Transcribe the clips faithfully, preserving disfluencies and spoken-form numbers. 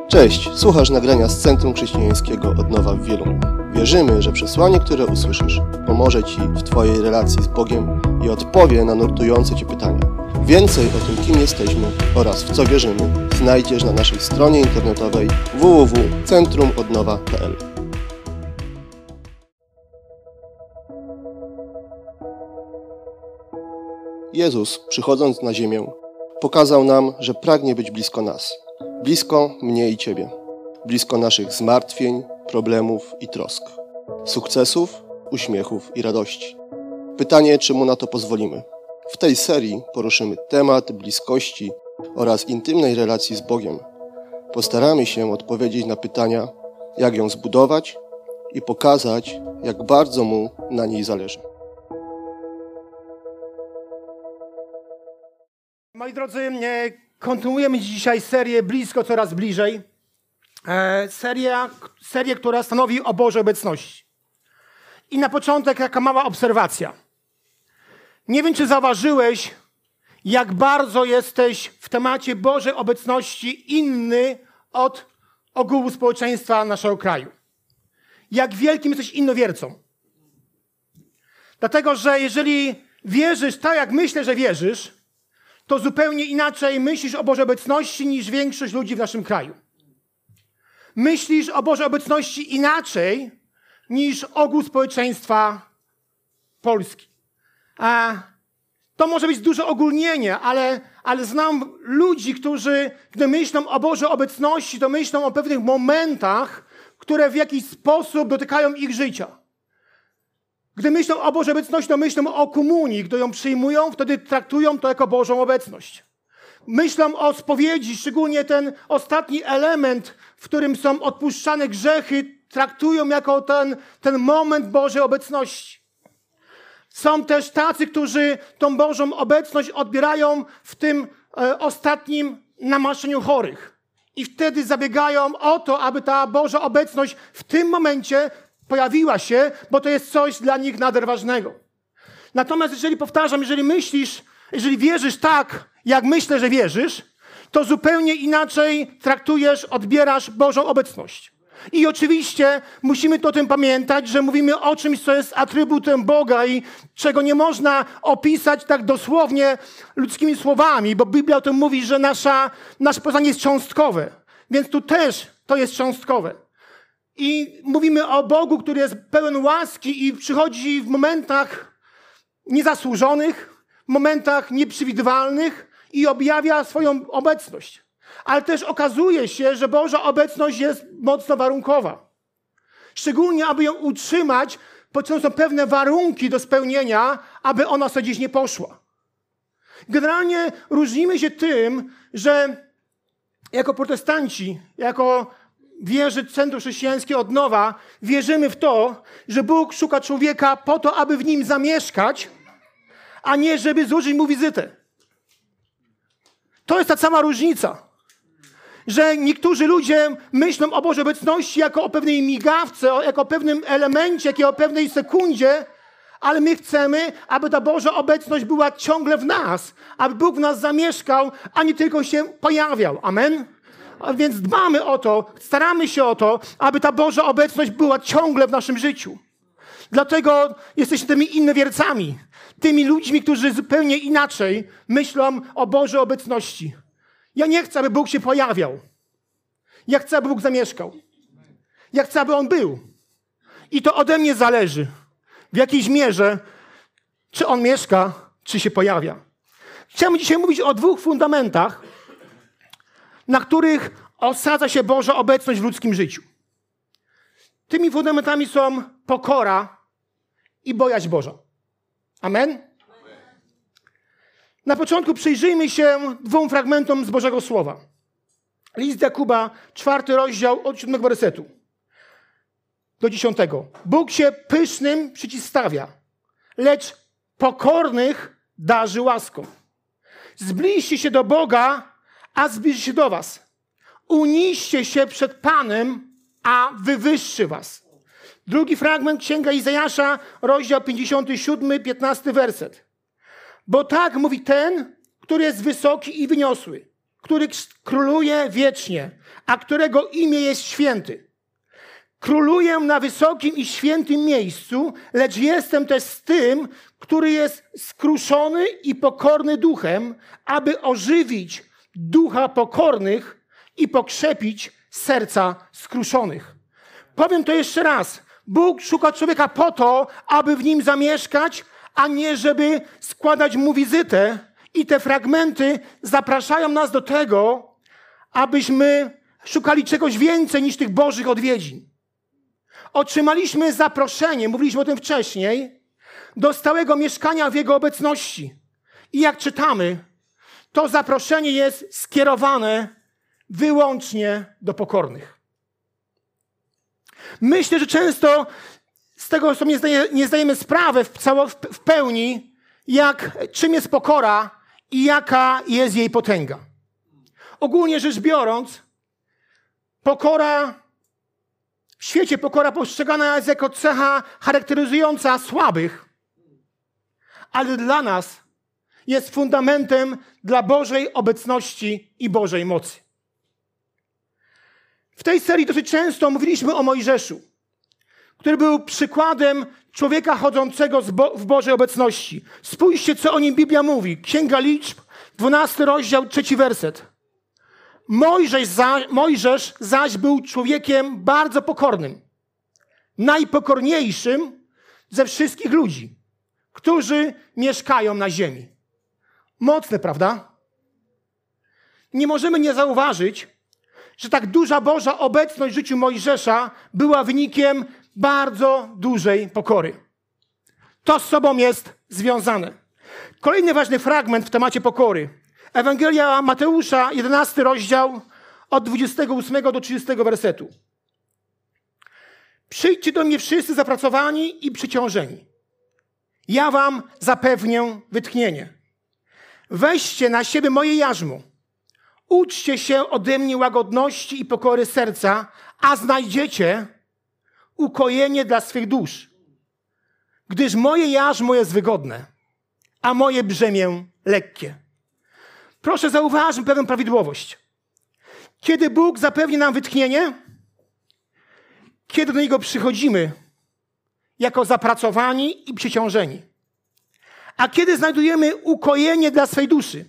Cześć, słuchasz nagrania z Centrum Chrześcijańskiego Odnowa w Wielu. Wierzymy, że przesłanie, które usłyszysz, pomoże Ci w Twojej relacji z Bogiem i odpowie na nurtujące Cię pytania. Więcej o tym, kim jesteśmy oraz w co wierzymy, znajdziesz na naszej stronie internetowej w w w kropka centrum odnowa kropka p l. Jezus, przychodząc na ziemię, pokazał nam, że pragnie być blisko nas. Blisko mnie i Ciebie. Blisko naszych zmartwień, problemów i trosk. Sukcesów, uśmiechów i radości. Pytanie, czy Mu na to pozwolimy. W tej serii poruszymy temat bliskości oraz intymnej relacji z Bogiem. Postaramy się odpowiedzieć na pytania, jak ją zbudować i pokazać, jak bardzo Mu na niej zależy. Moi drodzy, kontynuujemy dzisiaj serię Blisko Coraz Bliżej. E, seria, serię, która stanowi o Bożej obecności. I na początek taka mała obserwacja. Nie wiem, czy zauważyłeś, jak bardzo jesteś w temacie Bożej obecności inny od ogółu społeczeństwa naszego kraju. Jak wielkim jesteś innowiercą. Dlatego, że jeżeli wierzysz tak, jak myślę, że wierzysz, to zupełnie inaczej myślisz o Bożej obecności niż większość ludzi w naszym kraju. Myślisz o Bożej obecności inaczej niż ogół społeczeństwa Polski. A to może być duże ogólnienie, ale, ale znam ludzi, którzy, gdy myślą o Bożej obecności, to myślą o pewnych momentach, które w jakiś sposób dotykają ich życia. Gdy myślą o Bożej obecności, to myślą o komunii. Gdy ją przyjmują, wtedy traktują to jako Bożą obecność. Myślą o spowiedzi, szczególnie ten ostatni element, w którym są odpuszczane grzechy, traktują jako ten, ten moment Bożej obecności. Są też tacy, którzy tą Bożą obecność odbierają w tym e, ostatnim namaszczeniu chorych. I wtedy zabiegają o to, aby ta Boża obecność w tym momencie pojawiła się, bo to jest coś dla nich nader ważnego. Natomiast jeżeli, powtarzam, jeżeli myślisz, jeżeli wierzysz tak, jak myślę, że wierzysz, to zupełnie inaczej traktujesz, odbierasz Bożą obecność. I oczywiście musimy o tym pamiętać, że mówimy o czymś, co jest atrybutem Boga i czego nie można opisać tak dosłownie ludzkimi słowami, bo Biblia o tym mówi, że nasza, nasze poznanie jest cząstkowe. Więc tu też to jest cząstkowe. I mówimy o Bogu, który jest pełen łaski i przychodzi w momentach niezasłużonych, w momentach nieprzewidywalnych i objawia swoją obecność. Ale też okazuje się, że Boża obecność jest mocno warunkowa. Szczególnie, aby ją utrzymać, potrzebne są pewne warunki do spełnienia, aby ona sobie gdzieś nie poszła. Generalnie różnimy się tym, że jako protestanci, jako wierzy Centrum Chrześcijańskie Odnowa, wierzymy w to, że Bóg szuka człowieka po to, aby w nim zamieszkać, a nie żeby złożyć mu wizytę. To jest ta sama różnica. Że niektórzy ludzie myślą o Bożej obecności jako o pewnej migawce, jako o pewnym elemencie, jako o pewnej sekundzie, ale my chcemy, aby ta Boża obecność była ciągle w nas, aby Bóg w nas zamieszkał, a nie tylko się pojawiał. Amen? A więc dbamy o to, staramy się o to, aby ta Boża obecność była ciągle w naszym życiu. Dlatego jesteśmy tymi innowiercami, tymi ludźmi, którzy zupełnie inaczej myślą o Bożej obecności. Ja nie chcę, aby Bóg się pojawiał. Ja chcę, aby Bóg zamieszkał. Ja chcę, aby On był. I to ode mnie zależy, w jakiejś mierze, czy On mieszka, czy się pojawia. Chciałbym dzisiaj mówić o dwóch fundamentach, na których osadza się Boża obecność w ludzkim życiu. Tymi fundamentami są pokora i bojaźń Boża. Amen? Na początku przyjrzyjmy się dwóm fragmentom z Bożego Słowa. List Jakuba, czwarty rozdział, od siódmego wersetu do dziesiątego. Bóg się pysznym przeciwstawia, lecz pokornych darzy łaską. Zbliżcie się do Boga, a zbliży się do was. Uniście się przed Panem, a wywyższy was. Drugi fragment Księga Izajasza, rozdział pięćdziesiąty siódmy, piętnasty werset. Bo tak mówi ten, który jest wysoki i wyniosły, który króluje wiecznie, a którego imię jest święty. Króluję na wysokim i świętym miejscu, lecz jestem też z tym, który jest skruszony i pokorny duchem, aby ożywić ducha pokornych i pokrzepić serca skruszonych. Powiem to jeszcze raz. Bóg szuka człowieka po to, aby w nim zamieszkać, a nie żeby składać mu wizytę. I te fragmenty zapraszają nas do tego, abyśmy szukali czegoś więcej niż tych Bożych odwiedzin. Otrzymaliśmy zaproszenie, mówiliśmy o tym wcześniej, do stałego mieszkania w Jego obecności. I jak czytamy, to zaproszenie jest skierowane wyłącznie do pokornych. Myślę, że często z tego sobie nie, zdaje, nie zdajemy sprawy w, cało, w, w pełni, jak, czym jest pokora i jaka jest jej potęga. Ogólnie rzecz biorąc, pokora, w świecie pokora postrzegana jest jako cecha charakteryzująca słabych, ale dla nas jest fundamentem dla Bożej obecności i Bożej mocy. W tej serii dosyć często mówiliśmy o Mojżeszu, który był przykładem człowieka chodzącego w Bożej obecności. Spójrzcie, co o nim Biblia mówi. Księga Liczb, dwunasty rozdział, trzeci werset. Mojżesz, za, Mojżesz zaś był człowiekiem bardzo pokornym, najpokorniejszym ze wszystkich ludzi, którzy mieszkają na ziemi. Mocne, prawda? Nie możemy nie zauważyć, że tak duża Boża obecność w życiu Mojżesza była wynikiem bardzo dużej pokory. To z sobą jest związane. Kolejny ważny fragment w temacie pokory. Ewangelia Mateusza, jedenasty rozdział, od dwudziestego ósmego do trzydziestego wersetu. Przyjdźcie do mnie wszyscy zapracowani i przyciążeni. Ja wam zapewnię wytchnienie. Weźcie na siebie moje jarzmo. Uczcie się ode mnie łagodności i pokory serca, a znajdziecie ukojenie dla swych dusz. Gdyż moje jarzmo jest wygodne, a moje brzemię lekkie. Proszę zauważyć pewną prawidłowość. Kiedy Bóg zapewni nam wytchnienie, kiedy do Niego przychodzimy jako zapracowani i przeciążeni. A kiedy znajdujemy ukojenie dla swej duszy,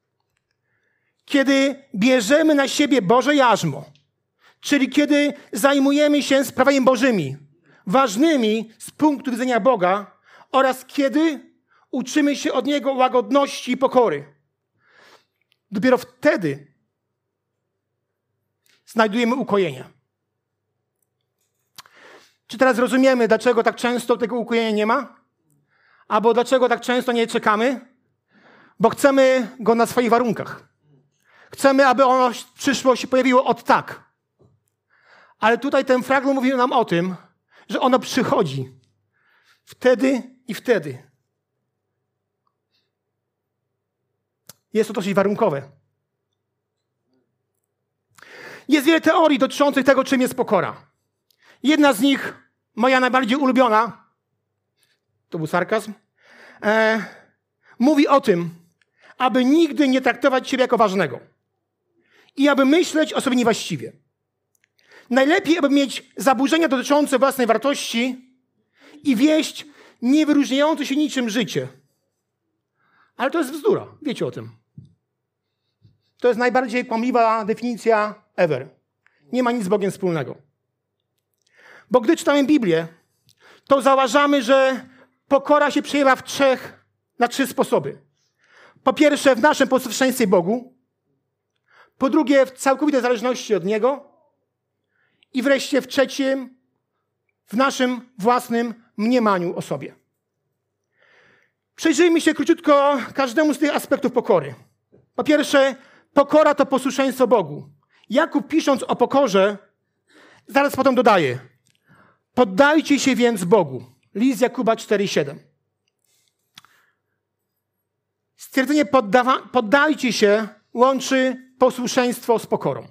kiedy bierzemy na siebie Boże jarzmo, czyli kiedy zajmujemy się sprawami Bożymi, ważnymi z punktu widzenia Boga, oraz kiedy uczymy się od Niego łagodności i pokory. Dopiero wtedy znajdujemy ukojenie. Czy teraz rozumiemy, dlaczego tak często tego ukojenia nie ma? Albo dlaczego tak często nie czekamy? Bo chcemy go na swoich warunkach. Chcemy, aby ono przyszło się pojawiło od tak. Ale tutaj ten fragment mówi nam o tym, że ono przychodzi wtedy i wtedy. Jest to dosyć warunkowe. Jest wiele teorii dotyczących tego, czym jest pokora. Jedna z nich, moja najbardziej ulubiona, to był sarkazm, e, mówi o tym, aby nigdy nie traktować siebie jako ważnego i aby myśleć o sobie niewłaściwie. Najlepiej, aby mieć zaburzenia dotyczące własnej wartości i wieść niewyróżniające się niczym życie. Ale to jest bzdura. Wiecie o tym. To jest najbardziej kłamliwa definicja ever. Nie ma nic z Bogiem wspólnego. Bo gdy czytamy Biblię, to zauważamy, że pokora się przejawia w trzech, na trzy sposoby. Po pierwsze, w naszym posłuszeństwie Bogu. Po drugie, w całkowitej zależności od Niego. I wreszcie w trzecim, w naszym własnym mniemaniu o sobie. Przejrzyjmy się króciutko każdemu z tych aspektów pokory. Po pierwsze, pokora to posłuszeństwo Bogu. Jakub, pisząc o pokorze, zaraz potem dodaje: poddajcie się więc Bogu. List Jakuba cztery siedem. Stwierdzenie poddawa- poddajcie się łączy posłuszeństwo z pokorą.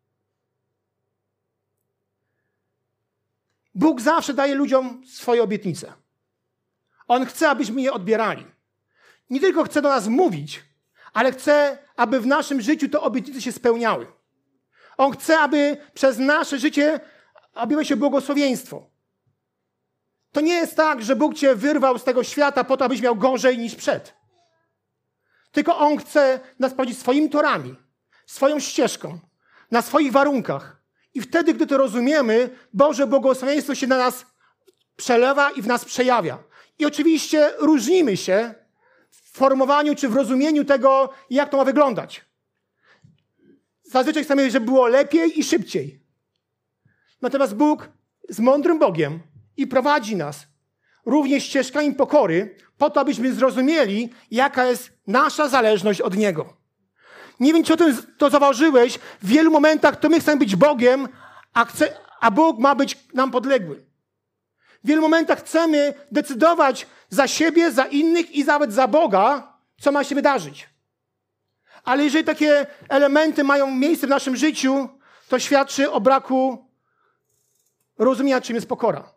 Bóg zawsze daje ludziom swoje obietnice. On chce, abyśmy je odbierali. Nie tylko chce do nas mówić, ale chce, aby w naszym życiu te obietnice się spełniały. On chce, aby przez nasze życie objęło się błogosławieństwo. To nie jest tak, że Bóg cię wyrwał z tego świata po to, abyś miał gorzej niż przed. Tylko On chce nas prowadzić swoimi torami, swoją ścieżką, na swoich warunkach. I wtedy, gdy to rozumiemy, Boże błogosławieństwo się na nas przelewa i w nas przejawia. I oczywiście różnimy się w formowaniu czy w rozumieniu tego, jak to ma wyglądać. Zazwyczaj chcemy, żeby było lepiej i szybciej. Natomiast Bóg jest mądrym Bogiem i prowadzi nas również ścieżkami pokory, po to, abyśmy zrozumieli, jaka jest nasza zależność od Niego. Nie wiem, czy o tym to zauważyłeś. W wielu momentach to my chcemy być Bogiem, a, chce, a Bóg ma być nam podległy. W wielu momentach chcemy decydować za siebie, za innych i nawet za Boga, co ma się wydarzyć. Ale jeżeli takie elementy mają miejsce w naszym życiu, to świadczy o braku rozumienia, czym jest pokora.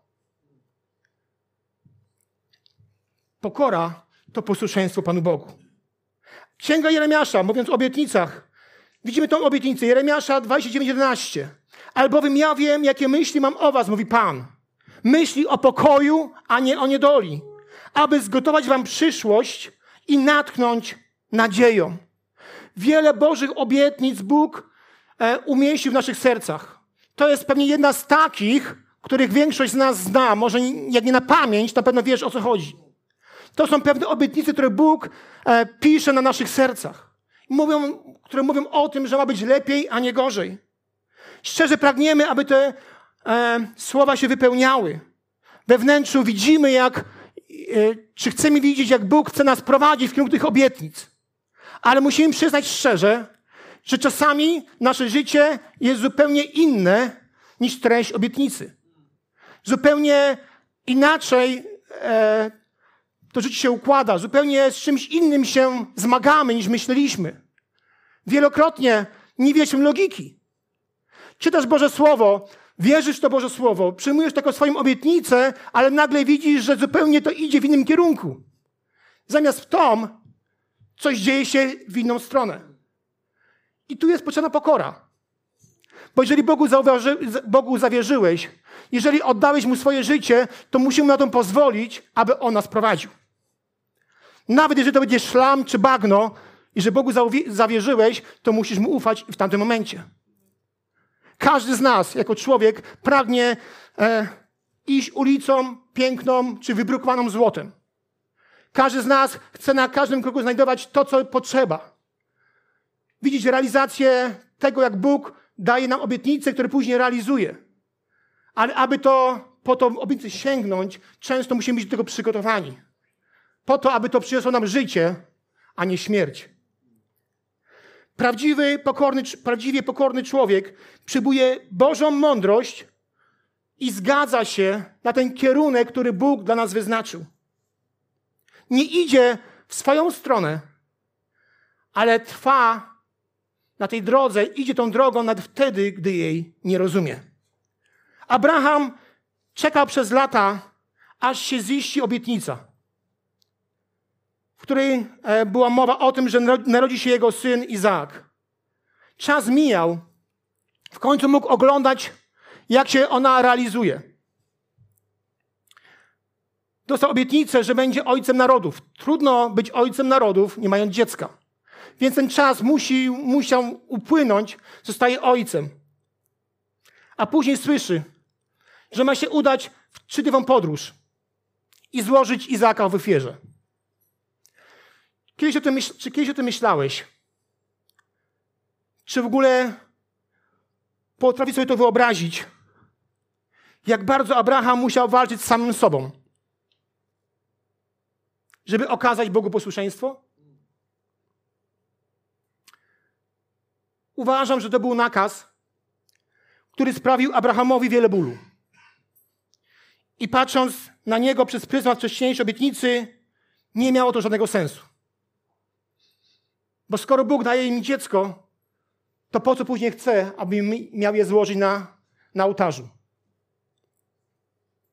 Pokora to posłuszeństwo Panu Bogu. Księga Jeremiasza, mówiąc o obietnicach, widzimy tą obietnicę. Jeremiasza dwadzieścia dziewięć jedenaście. Albowiem ja wiem, jakie myśli mam o was, mówi Pan. Myśli o pokoju, a nie o niedoli. Aby zgotować wam przyszłość i natchnąć nadzieją. Wiele Bożych obietnic Bóg e, umieścił w naszych sercach. To jest pewnie jedna z takich, których większość z nas zna. Może jak nie na pamięć, na pewno wiesz, o co chodzi. To są pewne obietnice, które Bóg e, pisze na naszych sercach. Mówią, które mówią o tym, że ma być lepiej, a nie gorzej. Szczerze pragniemy, aby te e, słowa się wypełniały. We wnętrzu widzimy, jak, e, czy chcemy widzieć, jak Bóg chce nas prowadzić w kierunku tych obietnic. Ale musimy przyznać szczerze, że czasami nasze życie jest zupełnie inne niż treść obietnicy. Zupełnie inaczej e, to życie się układa. Zupełnie z czymś innym się zmagamy, niż myśleliśmy. Wielokrotnie nie wiesz logiki. Czytasz Boże Słowo, wierzysz w to Boże Słowo, przyjmujesz taką swoją obietnicę, ale nagle widzisz, że zupełnie to idzie w innym kierunku. Zamiast w tą, coś dzieje się w inną stronę. I tu jest potrzebna pokora. Bo jeżeli Bogu, zauważy, Bogu zawierzyłeś, jeżeli oddałeś Mu swoje życie, to musimy na to pozwolić, aby On nas prowadził. Nawet jeżeli to będzie szlam czy bagno, i że Bogu zawierzyłeś, to musisz Mu ufać w tamtym momencie. Każdy z nas, jako człowiek, pragnie e, iść ulicą piękną czy wybrukowaną złotem. Każdy z nas chce na każdym kroku znajdować to, co potrzeba. Widzieć realizację tego, jak Bóg daje nam obietnice, które później realizuje. Ale aby to, po to obietnicę sięgnąć, często musimy być do tego przygotowani. Po to, aby to przyniosło nam życie, a nie śmierć. Prawdziwy, pokorny, prawdziwie pokorny człowiek przyjmuje Bożą mądrość i zgadza się na ten kierunek, który Bóg dla nas wyznaczył. Nie idzie w swoją stronę, ale trwa na tej drodze, idzie tą drogą nawet wtedy, gdy jej nie rozumie. Abraham czekał przez lata, aż się ziści obietnica, w której była mowa o tym, że narodzi się jego syn Izaak. Czas mijał. W końcu mógł oglądać, jak się ona realizuje. Dostał obietnicę, że będzie ojcem narodów. Trudno być ojcem narodów, nie mając dziecka. Więc ten czas musi, musiał upłynąć, zostaje ojcem. A później słyszy, że ma się udać w trzydniową podróż i złożyć Izaaka w ofierze. Kiedyś o tym myśl, czy kiedyś o tym myślałeś? Czy w ogóle potrafisz sobie to wyobrazić? Jak bardzo Abraham musiał walczyć z samym sobą, żeby okazać Bogu posłuszeństwo? Uważam, że to był nakaz, który sprawił Abrahamowi wiele bólu. I patrząc na niego przez pryzmat wcześniejszej obietnicy, nie miało to żadnego sensu. Bo skoro Bóg daje mi dziecko, to po co później chce, aby miał je złożyć na, na ołtarzu?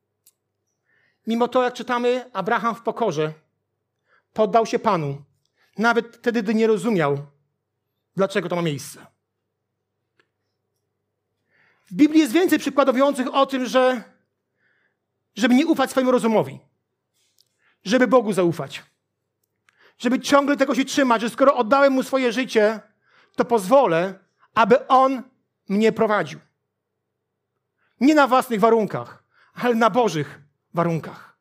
Mimo to, jak czytamy, Abraham w pokorze poddał się Panu, Nawet wtedy, gdy nie rozumiał, dlaczego to ma miejsce. W Biblii jest więcej przykładów mówiących o tym, że żeby nie ufać swojemu rozumowi. Żeby Bogu zaufać. Żeby ciągle tego się trzymać, że skoro oddałem Mu swoje życie, to pozwolę, aby On mnie prowadził. Nie na własnych warunkach, ale na Bożych warunkach.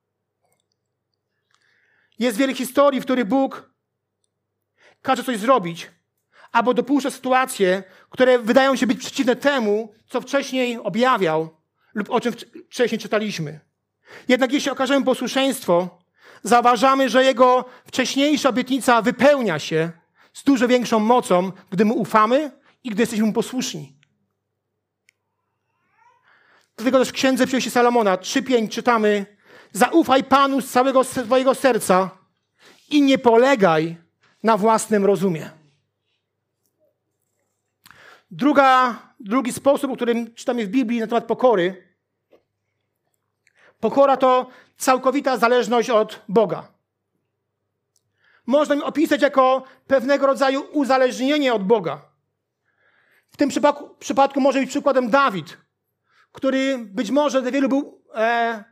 Jest wiele historii, w których Bóg każe coś zrobić, albo dopuszcza sytuacje, które wydają się być przeciwne temu, co wcześniej objawiał lub o czym wcześniej czytaliśmy. Jednak jeśli okażemy posłuszeństwo, zauważamy, że Jego wcześniejsza obietnica wypełnia się z dużo większą mocą, gdy Mu ufamy i gdy jesteśmy Mu posłuszni. Dlatego też w Księdze Przypowieści Salomona trzy pięć czytamy: zaufaj Panu z całego swojego serca i nie polegaj na własnym rozumie. Druga, drugi sposób, o którym czytamy w Biblii na temat pokory. Pokora to całkowita zależność od Boga. Można ją opisać jako pewnego rodzaju uzależnienie od Boga. W tym przypadku, przypadku może być przykładem Dawid, który być może dla wielu był e,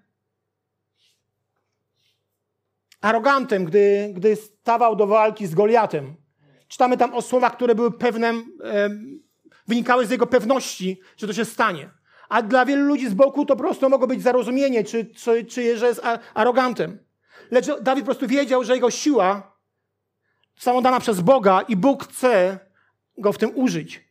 arogantem, gdy, gdy stawał do walki z Goliatem. Czytamy tam o słowach, które były pewne, e, wynikały z jego pewności, że to się stanie. A dla wielu ludzi z boku to po prostu mogło być zarozumienie, czy, czy, czy że jest arogantem. Lecz Dawid po prostu wiedział, że jego siła została dana przez Boga i Bóg chce go w tym użyć.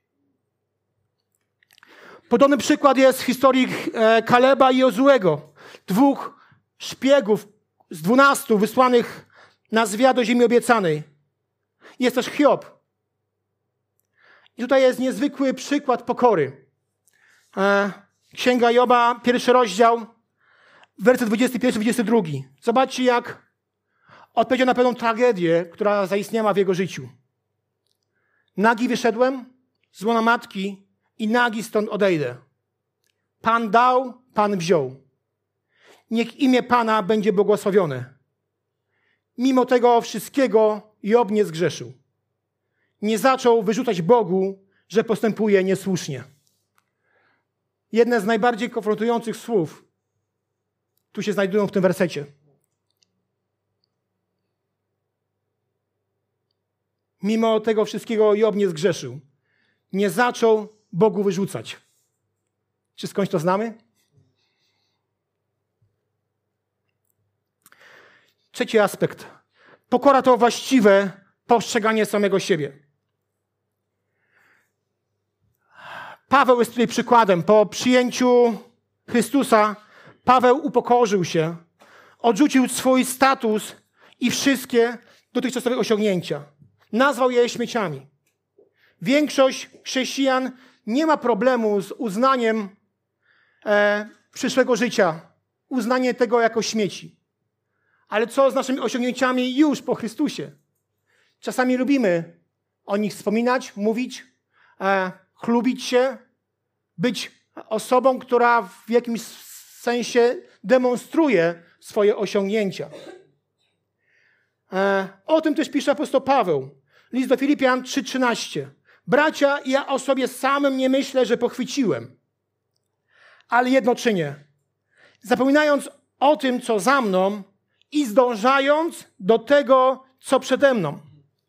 Podobny przykład jest w historii Kaleba i Jozuego, dwóch szpiegów z dwunastu wysłanych na zwiat do ziemi obiecanej. Jest też Hiob. I tutaj jest niezwykły przykład pokory. Księga Joba, pierwszy rozdział, werset dwudziesty pierwszy dwudziesty drugi. Zobaczcie, jak odpowiedział na pewną tragedię, która zaistniała w jego życiu. Nagi wyszedłem z łona matki i nagi stąd odejdę. Pan dał, Pan wziął. Niech imię Pana będzie błogosławione. Mimo tego wszystkiego Job nie zgrzeszył. Nie zaczął wyrzucać Bogu, że postępuje niesłusznie. Jedne z najbardziej konfrontujących słów tu się znajdują w tym wersecie. Mimo tego wszystkiego Job nie zgrzeszył. Nie zaczął Bogu wyrzucać. Czy skądś to znamy? Trzeci aspekt. Pokora to właściwe postrzeganie samego siebie. Paweł jest tutaj przykładem. Po przyjęciu Chrystusa Paweł upokorzył się, odrzucił swój status i wszystkie dotychczasowe osiągnięcia. Nazwał je śmieciami. Większość chrześcijan nie ma problemu z uznaniem e, przyszłego życia, uznanie tego jako śmieci. Ale co z naszymi osiągnięciami już po Chrystusie? Czasami lubimy o nich wspominać, mówić, e, chlubić się, być osobą, która w jakimś sensie demonstruje swoje osiągnięcia. E, o tym też pisze apostoł Paweł. List do Filipian trzy trzynaście. Bracia, ja o sobie samym nie myślę, że pochwyciłem, ale jedno czynię. Zapominając o tym, co za mną i zdążając do tego, co przede mną.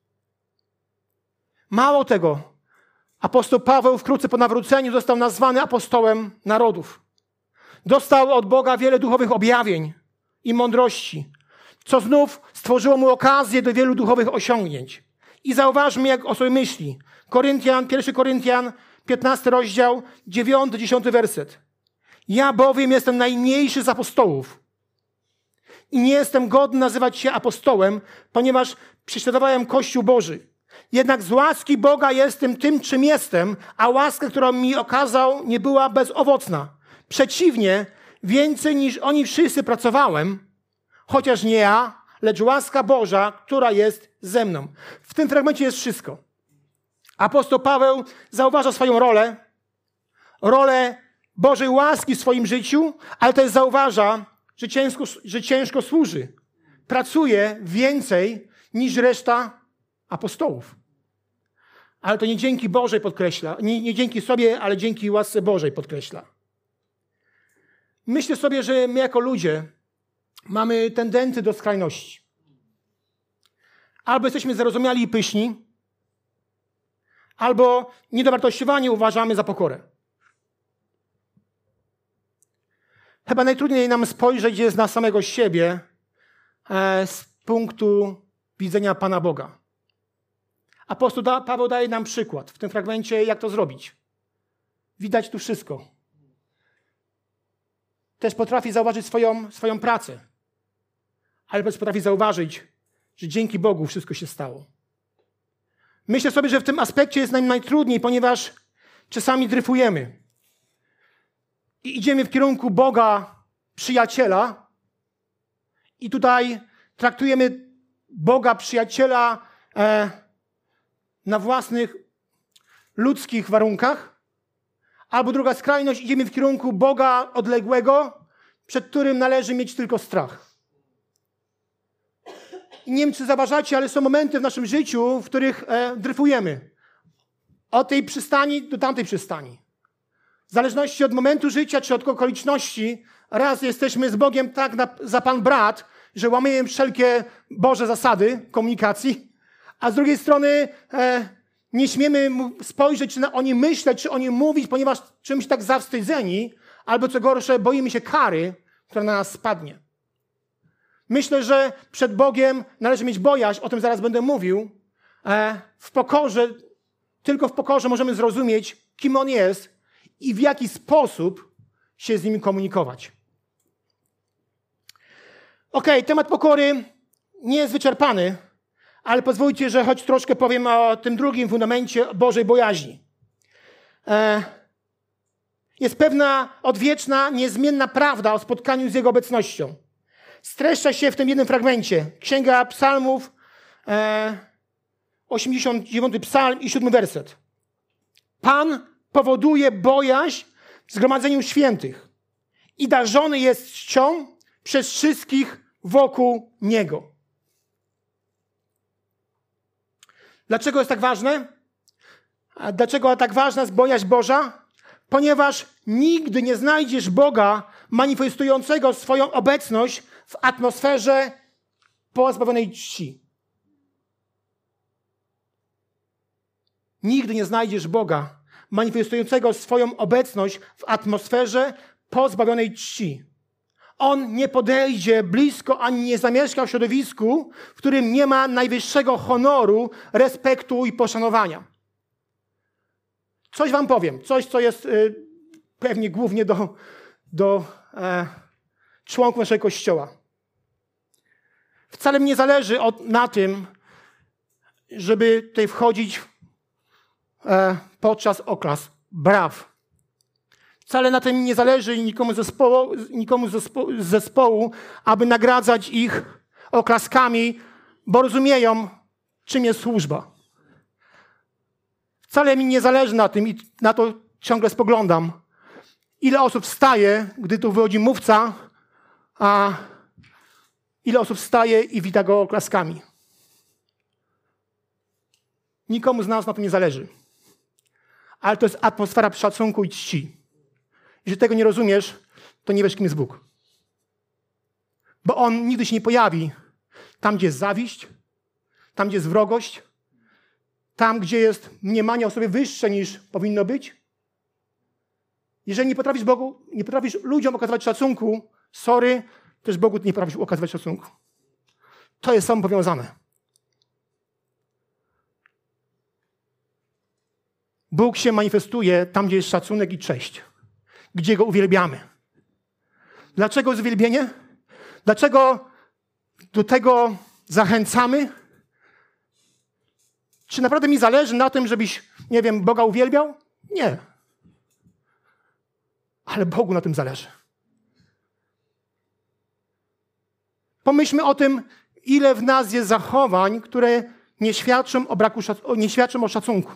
Mało tego, apostoł Paweł wkrótce po nawróceniu został nazwany apostołem narodów. Dostał od Boga wiele duchowych objawień i mądrości, co znów stworzyło mu okazję do wielu duchowych osiągnięć. I zauważmy, jak o sobie myśli. Koryntian, pierwszy Koryntian, piętnasty rozdział, dziewiąty, dziesiąty werset. Ja bowiem jestem najmniejszy z apostołów i nie jestem godny nazywać się apostołem, ponieważ prześladowałem Kościół Boży. Jednak z łaski Boga jestem tym, czym jestem, a łaska, którą mi okazał, nie była bezowocna. Przeciwnie, więcej niż oni wszyscy pracowałem, chociaż nie ja, lecz łaska Boża, która jest ze mną. W tym fragmencie jest wszystko. Apostoł Paweł zauważa swoją rolę, rolę Bożej łaski w swoim życiu, ale też zauważa, że ciężko, że ciężko służy. Pracuje więcej niż reszta apostołów. Ale to nie dzięki Bożej podkreśla, nie, nie dzięki sobie, ale dzięki łasce Bożej podkreśla. Myślę sobie, że my jako ludzie mamy tendencje do skrajności. Albo jesteśmy zarozumiali i pyszni, albo niedowartościowanie uważamy za pokorę. Chyba najtrudniej nam spojrzeć jest na samego siebie e, z punktu widzenia Pana Boga. Apostoł da, Paweł daje nam przykład w tym fragmencie, jak to zrobić. Widać tu wszystko. Też potrafi zauważyć swoją, swoją pracę, ale też potrafi zauważyć, że dzięki Bogu wszystko się stało. Myślę sobie, że w tym aspekcie jest nam najtrudniej, ponieważ czasami dryfujemy i idziemy w kierunku Boga przyjaciela i tutaj traktujemy Boga przyjaciela e, na własnych ludzkich warunkach, albo druga skrajność, idziemy w kierunku Boga odległego, przed którym należy mieć tylko strach. I nie wiem, czy zauważacie, ale są momenty w naszym życiu, w których e, dryfujemy. Od tej przystani do tamtej przystani. W zależności od momentu życia, czy od okoliczności, raz jesteśmy z Bogiem tak na, za Pan brat, że łamiemy wszelkie Boże zasady komunikacji, a z drugiej strony e, nie śmiemy spojrzeć, czy na, o nim myśleć, czy o nim mówić, ponieważ czymś tak zawstydzeni, albo co gorsze, boimy się kary, która na nas spadnie. Myślę, że przed Bogiem należy mieć bojaźń, o tym zaraz będę mówił. E, w pokorze, tylko w pokorze możemy zrozumieć, kim On jest i w jaki sposób się z Nim komunikować. Okej, okay, temat pokory nie jest wyczerpany, ale pozwólcie, że choć troszkę powiem o tym drugim fundamencie Bożej bojaźni. E, jest pewna odwieczna, niezmienna prawda o spotkaniu z Jego obecnością. Streszcza się w tym jednym fragmencie. Księga Psalmów, e, osiemdziesiąty dziewiąty psalm i siódmy werset. Pan powoduje bojaźń w zgromadzeniu świętych i darzony jest czcią przez wszystkich wokół Niego. Dlaczego jest tak ważne? A dlaczego tak ważna jest bojaźń Boża? Ponieważ nigdy nie znajdziesz Boga manifestującego swoją obecność w atmosferze pozbawionej czci. Nigdy nie znajdziesz Boga manifestującego swoją obecność w atmosferze pozbawionej czci. On nie podejdzie blisko, ani nie zamieszka w środowisku, w którym nie ma najwyższego honoru, respektu i poszanowania. Coś wam powiem, coś, co jest y, pewnie głównie do, do e, członków naszego Kościoła. Wcale mi nie zależy od, na tym, żeby tutaj wchodzić e, podczas oklas braw. Wcale na tym nie zależy nikomu, zespołu, nikomu z zespołu, aby nagradzać ich oklaskami, bo rozumieją, czym jest służba. Wcale mi nie zależy na tym i na to ciągle spoglądam. Ile osób wstaje, gdy tu wychodzi mówca, a ile osób wstaje i wita go oklaskami. Nikomu z nas na tym nie zależy. Ale to jest atmosfera szacunku i czci. Jeżeli tego nie rozumiesz, to nie wiesz, kim jest Bóg. Bo On nigdy się nie pojawi tam, gdzie jest zawiść, tam, gdzie jest wrogość, tam, gdzie jest mniemanie o sobie wyższe niż powinno być. Jeżeli nie potrafisz Bogu, nie potrafisz ludziom okazywać szacunku, sorry, też Bogu nie potrafisz okazywać szacunku. To jest samo powiązane. Bóg się manifestuje tam, gdzie jest szacunek i cześć. Gdzie Go uwielbiamy. Dlaczego jest uwielbienie? Dlaczego do tego zachęcamy? Czy naprawdę mi zależy na tym, żebyś, nie wiem, Boga uwielbiał? Nie. Ale Bogu na tym zależy. Pomyślmy o tym, ile w nas jest zachowań, które nie świadczą o braku, nie świadczą o szacunku.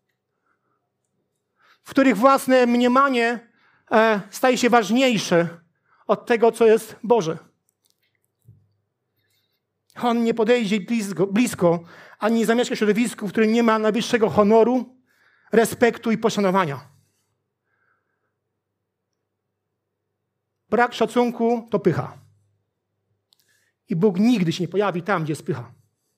W których własne mniemanie e, staje się ważniejsze od tego, co jest Boże. On nie podejdzie blisko, blisko ani nie zamieszka w środowisku, w którym nie ma najwyższego honoru, respektu i poszanowania. Brak szacunku to pycha. I Bóg nigdy się nie pojawi tam, gdzie jest pycha.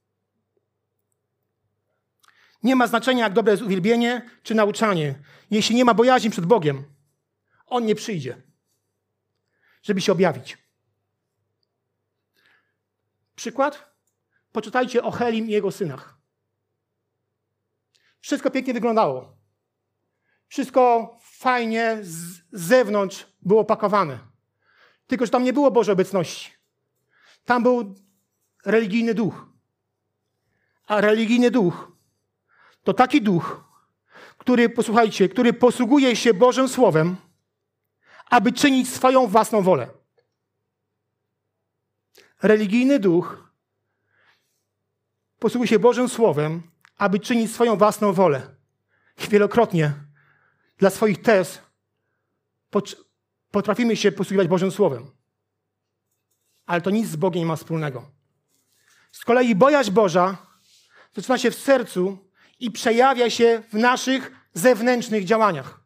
Nie ma znaczenia, jak dobre jest uwielbienie czy nauczanie. Jeśli nie ma bojaźni przed Bogiem, On nie przyjdzie, żeby się objawić. Przykład? Poczytajcie o Helim i jego synach. Wszystko pięknie wyglądało. Wszystko fajnie z zewnątrz było pakowane. Tylko że tam nie było Bożej obecności. Tam był religijny duch. A religijny duch to taki duch, który, posłuchajcie, który posługuje się Bożym Słowem, aby czynić swoją własną wolę. Religijny duch posługuje się Bożym Słowem, aby czynić swoją własną wolę. I wielokrotnie dla swoich tez potrafimy się posługiwać Bożym Słowem. Ale to nic z Bogiem nie ma wspólnego. Z kolei bojaźń Boża zaczyna się w sercu i przejawia się w naszych zewnętrznych działaniach.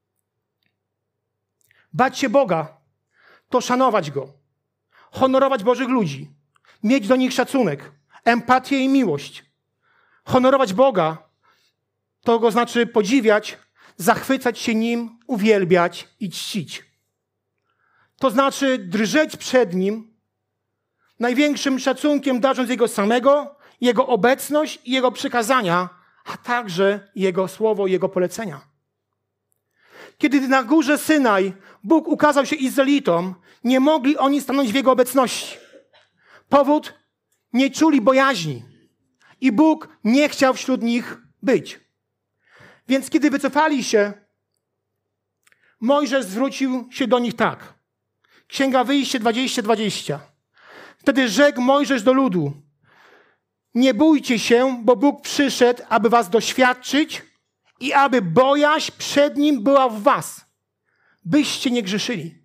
Bać się Boga to szanować Go, honorować Bożych ludzi, mieć do nich szacunek, empatię i miłość. Honorować Boga to Go znaczy podziwiać, zachwycać się Nim, uwielbiać i czcić. To znaczy drżeć przed Nim, największym szacunkiem darząc Jego samego, Jego obecność i Jego przykazania, a także Jego słowo i Jego polecenia. Kiedy na górze Synaj Bóg ukazał się Izraelitom, nie mogli oni stanąć w Jego obecności. Powód? Nie czuli bojaźni i Bóg nie chciał wśród nich być. Więc kiedy wycofali się, Mojżesz zwrócił się do nich tak. Księga Wyjście dwadzieścia dwadzieścia. Wtedy rzekł Mojżesz do ludu: nie bójcie się, bo Bóg przyszedł, aby was doświadczyć i aby bojaźń przed Nim była w was, byście nie grzeszyli.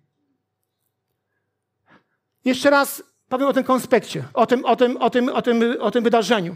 Jeszcze raz powiem o tym konspekcie, o tym, o tym, o tym, o tym, o tym wydarzeniu.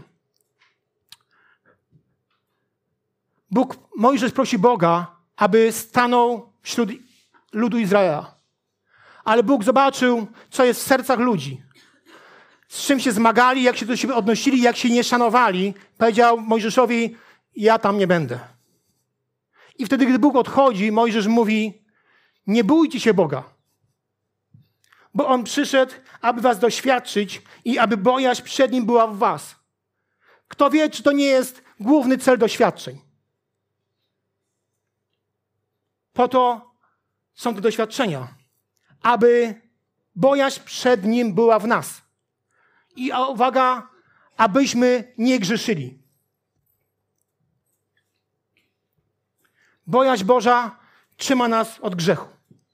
Bóg, Mojżesz prosi Boga, aby stanął wśród ludu Izraela. Ale Bóg zobaczył, co jest w sercach ludzi. Z czym się zmagali, jak się do siebie odnosili, jak się nie szanowali. Powiedział Mojżeszowi: ja tam nie będę. I wtedy, gdy Bóg odchodzi, Mojżesz mówi: nie bójcie się Boga, bo On przyszedł, aby was doświadczyć i aby bojaźń przed Nim była w was. Kto wie, czy to nie jest główny cel doświadczeń. Po to są te doświadczenia, aby bojaźń przed Nim była w nas. I a uwaga, abyśmy nie grzeszyli. Bojaźń Boża trzyma nas od grzechu.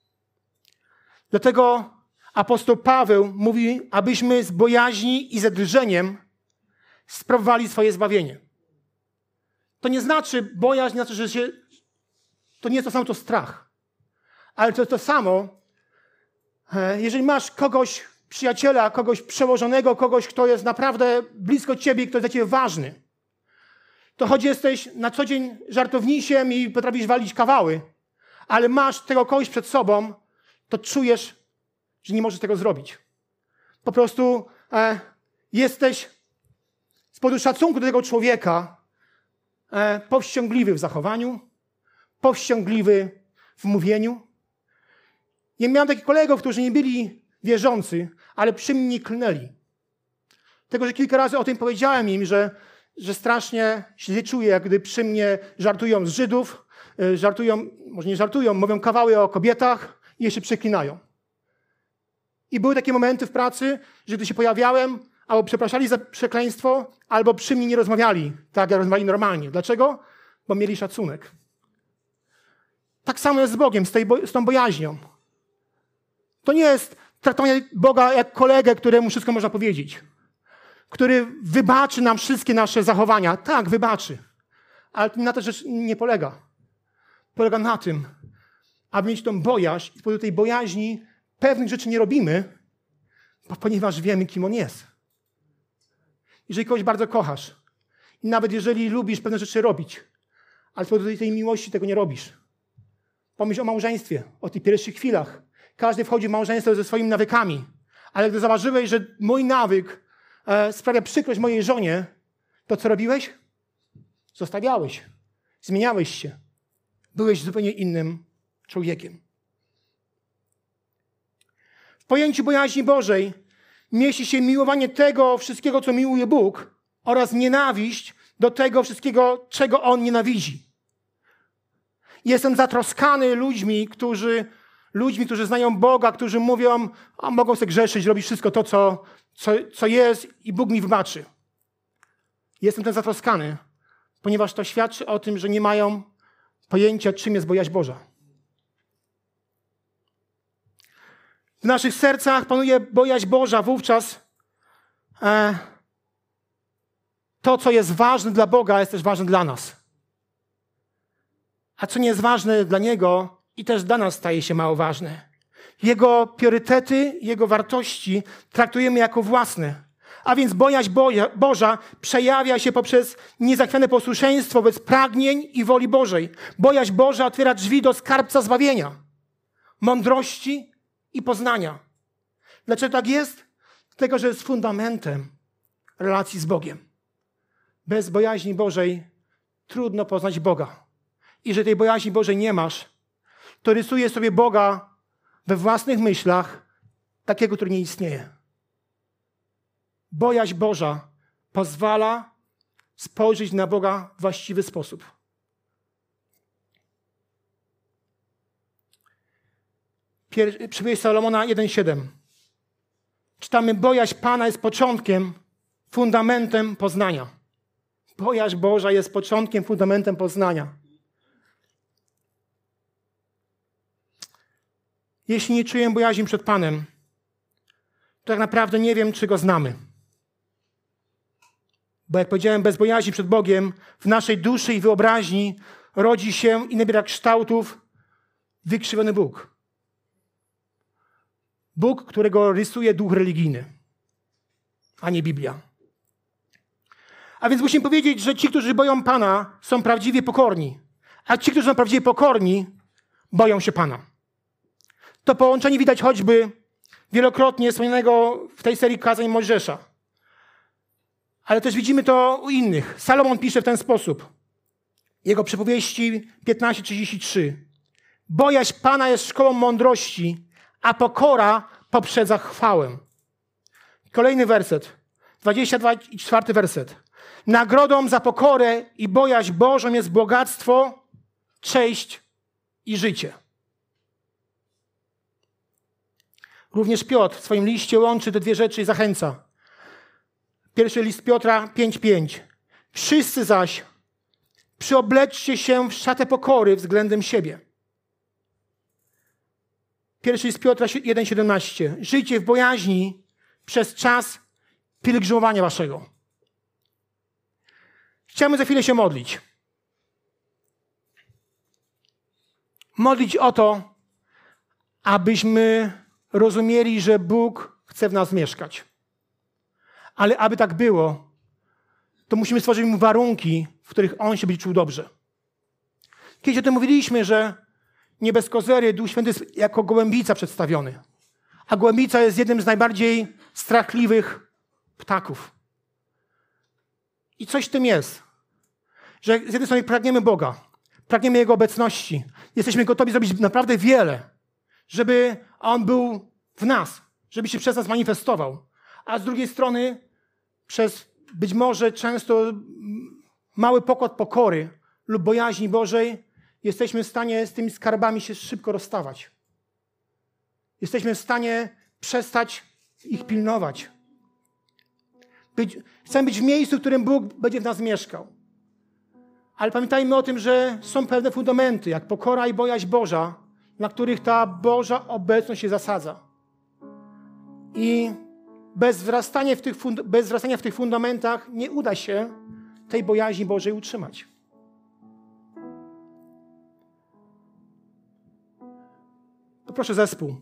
Dlatego apostoł Paweł mówi, abyśmy z bojaźni i ze drżeniem sprawowali swoje zbawienie. To nie znaczy, bojaźń znaczy, że się, to nie jest to samo, co strach. Ale to jest to samo, jeżeli masz kogoś, przyjaciela, kogoś przełożonego, kogoś, kto jest naprawdę blisko ciebie, kto jest dla ciebie ważny, to choć jesteś na co dzień żartownisiem i potrafisz walić kawały, ale masz tego kogoś przed sobą, to czujesz, że nie możesz tego zrobić. Po prostu e, jesteś z powodu szacunku do tego człowieka e, powściągliwy w zachowaniu, powściągliwy w mówieniu. Ja miałem takich kolegów, którzy nie byli wierzący, ale przy mnie klnęli. Tego, że kilka razy o tym powiedziałem im, że, że strasznie się czuję, jak gdy przy mnie żartują z Żydów, żartują, może nie żartują, mówią kawały o kobietach i jeszcze przeklinają. I były takie momenty w pracy, że gdy się pojawiałem, albo przepraszali za przekleństwo, albo przy mnie nie rozmawiali tak, jak rozmawiali normalnie. Dlaczego? Bo mieli szacunek. Tak samo jest z Bogiem, z, tej, z tą bojaźnią. To nie jest traktowanie Boga jak kolegę, któremu wszystko można powiedzieć. Który wybaczy nam wszystkie nasze zachowania. Tak, wybaczy. Ale na to rzecz nie polega. Polega na tym, aby mieć tą bojaźń i z powodu tej bojaźni pewnych rzeczy nie robimy, ponieważ wiemy, kim On jest. jeżeli kogoś bardzo kochasz i nawet jeżeli lubisz pewne rzeczy robić, ale z powodu tej miłości tego nie robisz. Pomyśl o małżeństwie, o tych pierwszych chwilach. Każdy wchodzi w małżeństwo ze swoimi nawykami, ale gdy zauważyłeś, że mój nawyk e, sprawia przykrość mojej żonie, to co robiłeś? Zostawiałeś. Zmieniałeś się. Byłeś zupełnie innym człowiekiem. W pojęciu bojaźni Bożej mieści się miłowanie tego wszystkiego, co miłuje Bóg oraz nienawiść do tego wszystkiego, czego On nienawidzi. Jestem zatroskany ludźmi, którzy, ludźmi, którzy znają Boga, którzy mówią, a mogą sobie grzeszyć, robić wszystko to, co, co, co jest i Bóg mi wybaczy. Jestem ten zatroskany, ponieważ to świadczy o tym, że nie mają pojęcia, czym jest bojaźń Boża. W naszych sercach panuje bojaźń Boża, wówczas e, to, co jest ważne dla Boga, jest też ważne dla nas. A co nie jest ważne dla Niego i też dla nas staje się mało ważne. Jego priorytety, Jego wartości traktujemy jako własne. A więc bojaźń Boża przejawia się poprzez niezachwiane posłuszeństwo wobec pragnień i woli Bożej. Bojaźń Boża otwiera drzwi do skarbca zbawienia, mądrości i poznania. Dlaczego tak jest? Dlatego, że jest fundamentem relacji z Bogiem. Bez bojaźni Bożej trudno poznać Boga. I że tej bojaźni Bożej nie masz, to rysujesz sobie Boga we własnych myślach, takiego, który nie istnieje. Bojaźń Boża pozwala spojrzeć na Boga w właściwy sposób. Pier- Przypowieść Salomona jeden siedem. Czytamy, bojaźń Pana jest początkiem, fundamentem poznania. Bojaźń Boża jest początkiem, fundamentem poznania. Jeśli nie czuję bojaźni przed Panem, to tak naprawdę nie wiem, czy Go znamy. Bo jak powiedziałem, bez bojaźni przed Bogiem w naszej duszy i wyobraźni rodzi się i nabiera kształtów wykrzywiony Bóg. Bóg, którego rysuje duch religijny, a nie Biblia. A więc musimy powiedzieć, że ci, którzy boją Pana, są prawdziwie pokorni, a ci, którzy są prawdziwie pokorni, boją się Pana. To połączenie widać choćby wielokrotnie wspomnianego w tej serii kazań Mojżesza. Ale też widzimy to u innych. Salomon pisze w ten sposób. Jego przypowieści piętnaście trzydzieści trzy. Bojaźń Pana jest szkołą mądrości, a pokora poprzedza chwałę. Kolejny werset. dwudziesty drugi i czwarty werset. Nagrodą za pokorę i bojaźń Bożą jest bogactwo, cześć i życie. Również Piotr w swoim liście łączy te dwie rzeczy i zachęca. Pierwszy list Piotra pięć pięć. Wszyscy zaś przyobleczcie się w szatę pokory względem siebie. Pierwszy list Piotra jeden siedemnaście. Żyjcie w bojaźni przez czas pielgrzymowania waszego. Chciałbym za chwilę się modlić. Modlić o to, abyśmy rozumieli, że Bóg chce w nas mieszkać. Ale aby tak było, to musimy stworzyć Mu warunki, w których On się będzie czuł dobrze. Kiedyś o tym mówiliśmy, że nie bez kozery Duch Święty jest jako gołębica przedstawiony. A gołębica jest jednym z najbardziej strachliwych ptaków. I coś w tym jest, że z jednej strony pragniemy Boga, pragniemy Jego obecności. Jesteśmy gotowi zrobić naprawdę wiele, żeby On był w nas, żeby się przez nas manifestował. A z drugiej strony przez być może często mały pokład pokory lub bojaźni Bożej jesteśmy w stanie z tymi skarbami się szybko rozstawać. Jesteśmy w stanie przestać ich pilnować. Być, chcemy być w miejscu, w którym Bóg będzie w nas mieszkał. Ale pamiętajmy o tym, że są pewne fundamenty, jak pokora i bojaźń Boża, na których ta Boża obecność się zasadza. I bez wzrastania w tych, fund- bez wzrastania w tych fundamentach nie uda się tej bojaźni Bożej utrzymać. Poproszę zespół.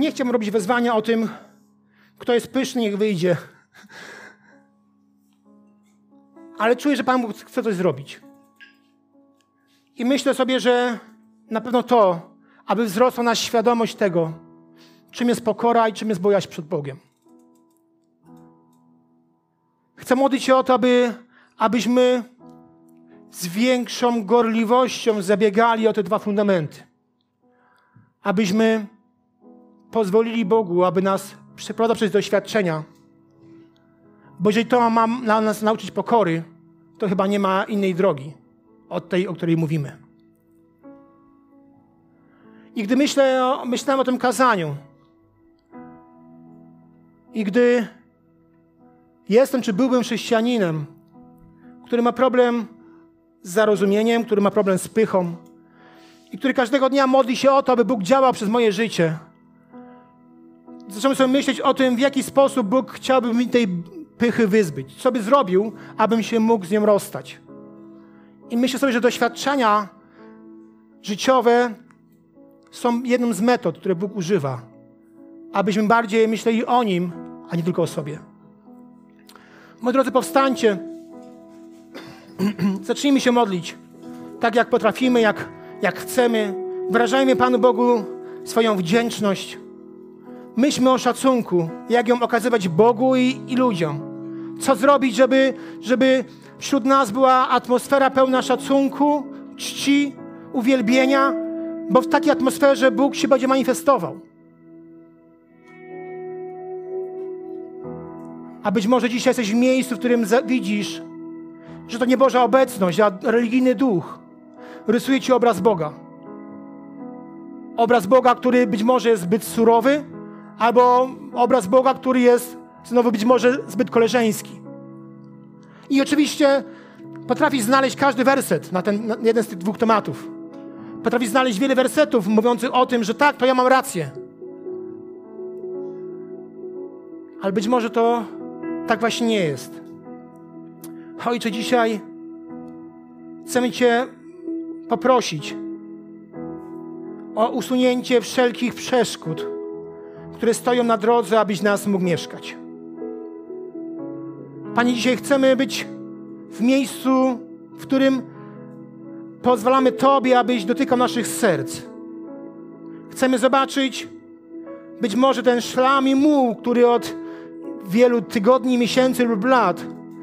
nie chciałbym robić wezwania o tym, kto jest pyszny, niech wyjdzie. Ale czuję, że Pan Bóg chce coś zrobić. I myślę sobie, że na pewno to, aby wzrosła nasza świadomość tego, czym jest pokora i czym jest bojaźń przed Bogiem. Chcę modlić się o to, aby, abyśmy z większą gorliwością zabiegali o te dwa fundamenty. Abyśmy pozwolili Bogu, aby nas przeprowadzał przez doświadczenia. Bo jeżeli to ma nas nauczyć pokory, to chyba nie ma innej drogi od tej, o której mówimy. I gdy myślę o, myślałem o tym kazaniu i gdy jestem, czy byłbym chrześcijaninem, który ma problem z zarozumieniem, który ma problem z pychą i który każdego dnia modli się o to, aby Bóg działał przez moje życie, zacząłem sobie myśleć o tym, w jaki sposób Bóg chciałby mi tej pychy wyzbyć. Co by zrobił, abym się mógł z nią rozstać. I myślę sobie, że doświadczenia życiowe są jedną z metod, które Bóg używa, abyśmy bardziej myśleli o Nim, a nie tylko o sobie. Moi drodzy, powstańcie. Zacznijmy się modlić. Tak jak potrafimy, jak, jak chcemy. Wyrażajmy Panu Bogu swoją wdzięczność. Myślmy o szacunku, jak ją okazywać Bogu i, i ludziom. Co zrobić, żeby, żeby wśród nas była atmosfera pełna szacunku, czci, uwielbienia, bo w takiej atmosferze Bóg się będzie manifestował. A być może dzisiaj jesteś w miejscu, w którym widzisz, że to nie Boża obecność, a religijny duch rysuje ci obraz Boga. Obraz Boga, który być może jest zbyt surowy, albo obraz Boga, który jest znowu być może zbyt koleżeński. I oczywiście potrafi znaleźć każdy werset na ten na jeden z tych dwóch tematów. Potrafi znaleźć wiele wersetów mówiących o tym, że tak, to ja mam rację. Ale być może to tak właśnie nie jest. Ojcze, dzisiaj chcemy Cię poprosić o usunięcie wszelkich przeszkód, które stoją na drodze, abyś nas mógł mieszkać. Panie, dzisiaj chcemy być w miejscu, w którym pozwalamy Tobie, abyś dotykał naszych serc. Chcemy zobaczyć być może ten szlam i muł, który od wielu tygodni, miesięcy lub lat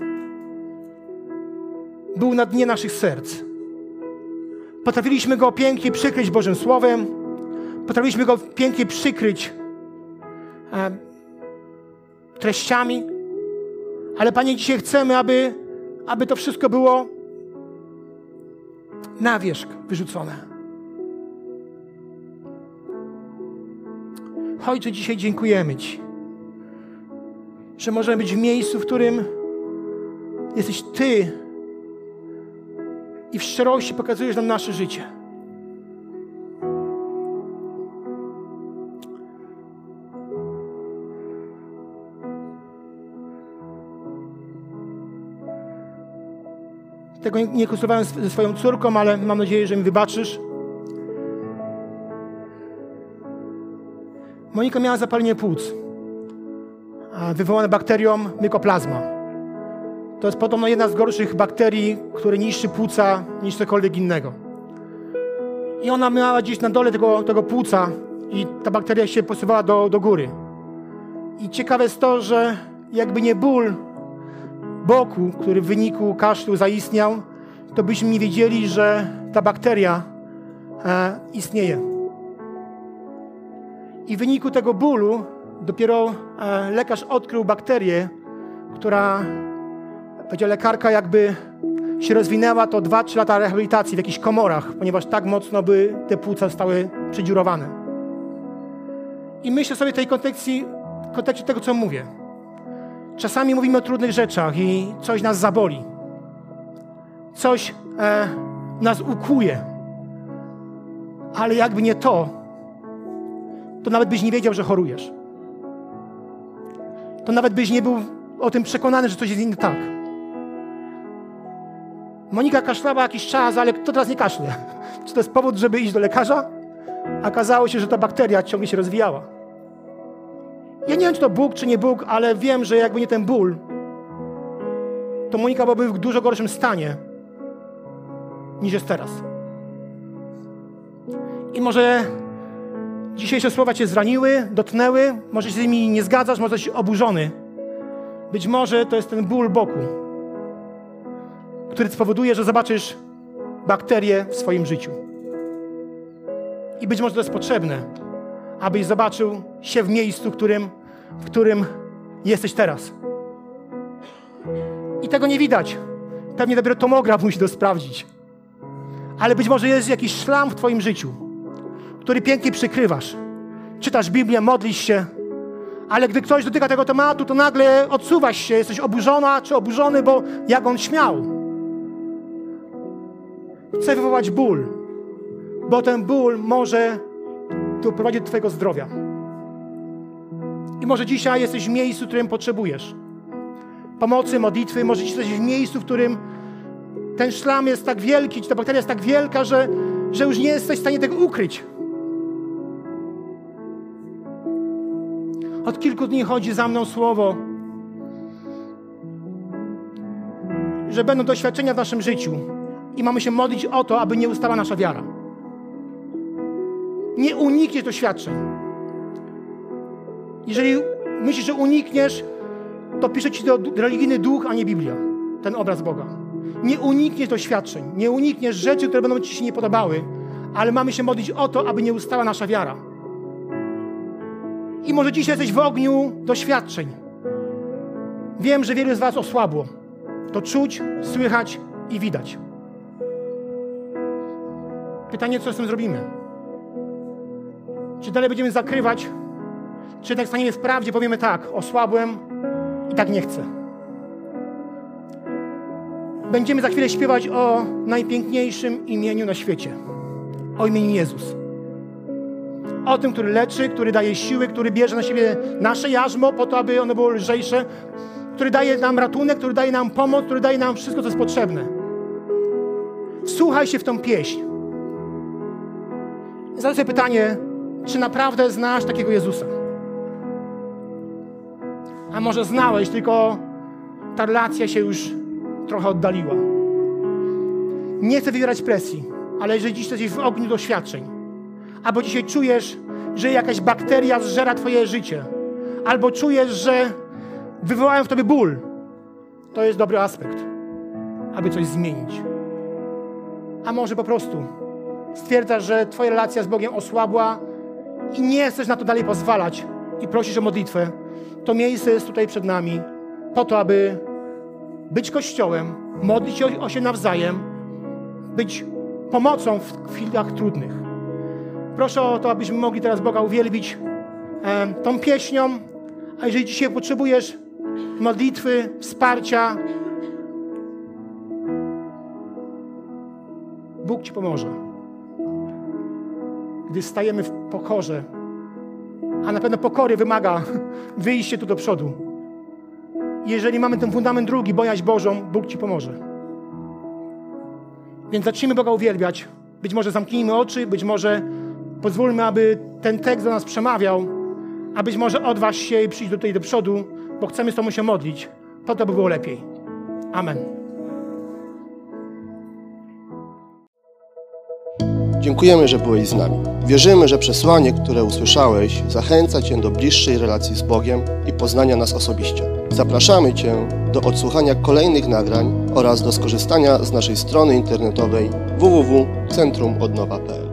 był na dnie naszych serc. Potrafiliśmy go pięknie przykryć Bożym Słowem, potrafiliśmy go pięknie przykryć e, treściami, ale Panie, dzisiaj chcemy, aby, aby to wszystko było na wierzch wyrzucone. Ojcze, dzisiaj dziękujemy Ci, że możemy być w miejscu, w którym jesteś Ty i w szczerości pokazujesz nam nasze życie. Tego nie konsultowałem ze swoją córką, ale mam nadzieję, że mi wybaczysz. Monika miała zapalenie płuc wywołane bakterią mykoplazma. To jest podobno jedna z gorszych bakterii, które niszczy płuca niż cokolwiek innego. I ona miała gdzieś na dole tego, tego płuca i ta bakteria się posuwała do, do góry. I ciekawe jest to, że jakby nie ból boku, który w wyniku kaszlu zaistniał, to byśmy nie wiedzieli, że ta bakteria e, istnieje. I w wyniku tego bólu dopiero e, lekarz odkrył bakterię, która, powiedziała lekarka, jakby się rozwinęła, to dwa trzy lata rehabilitacji w jakichś komorach, ponieważ tak mocno by te płuca zostały przedziurowane. I myślę sobie w tej kontekście, w kontekście tego, co mówię. Czasami mówimy o trudnych rzeczach i coś nas zaboli. Coś e, nas ukłuje. Ale jakby nie to, to nawet byś nie wiedział, że chorujesz. To nawet byś nie był o tym przekonany, że coś jest nie tak. Monika kaszlała jakiś czas, ale kto teraz nie kaszle? Czy to jest powód, żeby iść do lekarza? A okazało się, że ta bakteria ciągle się rozwijała. Ja nie wiem, czy to Bóg, czy nie Bóg, ale wiem, że jakby nie ten ból, to Monika byłaby w dużo gorszym stanie, niż jest teraz. I może dzisiejsze słowa cię zraniły, dotknęły, może się z nimi nie zgadzasz, może jesteś oburzony. Być może to jest ten ból boku, który spowoduje, że zobaczysz bakterie w swoim życiu. I być może to jest potrzebne, abyś zobaczył się w miejscu, którym, w którym jesteś teraz. I tego nie widać. Pewnie dopiero tomograf musi to sprawdzić. Ale być może jest jakiś szlam w twoim życiu, który pięknie przykrywasz. Czytasz Biblię, modlisz się, ale gdy ktoś dotyka tego tematu, to nagle odsuwasz się, jesteś oburzona czy oburzony, bo jak on śmiał. Chcę wywołać ból, bo ten ból może doprowadzić do twojego zdrowia. I może dzisiaj jesteś w miejscu, w którym potrzebujesz pomocy, modlitwy. Może jesteś w miejscu, w którym ten szlam jest tak wielki, czy ta bakteria jest tak wielka, że, że już nie jesteś w stanie tego ukryć. Od kilku dni chodzi za mną słowo, że będą doświadczenia w naszym życiu i mamy się modlić o to, aby nie ustała nasza wiara. Nie unikniesz doświadczeń. Jeżeli myślisz, że unikniesz, to pisze ci to religijny duch, a nie Biblia. Ten obraz Boga. Nie unikniesz doświadczeń. Nie unikniesz rzeczy, które będą ci się nie podobały, ale mamy się modlić o to, aby nie ustała nasza wiara. I może dzisiaj jesteś w ogniu doświadczeń. Wiem, że wielu z was osłabło. To czuć, słychać i widać. Pytanie, co z tym zrobimy? Czy dalej będziemy zakrywać, czy jednak staniemy w prawdzie, powiemy tak, osłabłem i tak nie chcę. Będziemy za chwilę śpiewać o najpiękniejszym imieniu na świecie. O imieniu Jezus. O tym, który leczy, który daje siły, który bierze na siebie nasze jarzmo po to, aby ono było lżejsze, który daje nam ratunek, który daje nam pomoc, który daje nam wszystko, co jest potrzebne. Wsłuchaj się w tą pieśń. Zadaj sobie pytanie, czy naprawdę znasz takiego Jezusa? A może znałeś, tylko ta relacja się już trochę oddaliła. Nie chcę wywierać presji, ale jeżeli dziś jesteś w ogniu doświadczeń, albo dzisiaj czujesz, że jakaś bakteria zżera twoje życie, albo czujesz, że wywołałem w tobie ból, to jest dobry aspekt, aby coś zmienić. A może po prostu stwierdzasz, że twoja relacja z Bogiem osłabła i nie chcesz na to dalej pozwalać i prosisz o modlitwę, to miejsce jest tutaj przed nami po to, aby być Kościołem, modlić się o, o się nawzajem, być pomocą w chwilach trudnych. Proszę o to, abyśmy mogli teraz Boga uwielbić e, tą pieśnią, a jeżeli dzisiaj potrzebujesz modlitwy, wsparcia, Bóg ci pomoże. Gdy stajemy w pokorze, a na pewno pokory wymaga wyjście tu do przodu. Jeżeli mamy ten fundament drugi, bojaźń Bożą, Bóg ci pomoże. Więc zacznijmy Boga uwielbiać. Być może zamknijmy oczy, być może pozwólmy, aby ten tekst do nas przemawiał, a być może odważ się i przyjdź tutaj do przodu, bo chcemy z Tobą się modlić, po to, by było lepiej. Amen. Dziękujemy, że byłeś z nami. Wierzymy, że przesłanie, które usłyszałeś, zachęca Cię do bliższej relacji z Bogiem i poznania nas osobiście. Zapraszamy Cię do odsłuchania kolejnych nagrań oraz do skorzystania z naszej strony internetowej w w w kropka centrum odnowa kropka p l.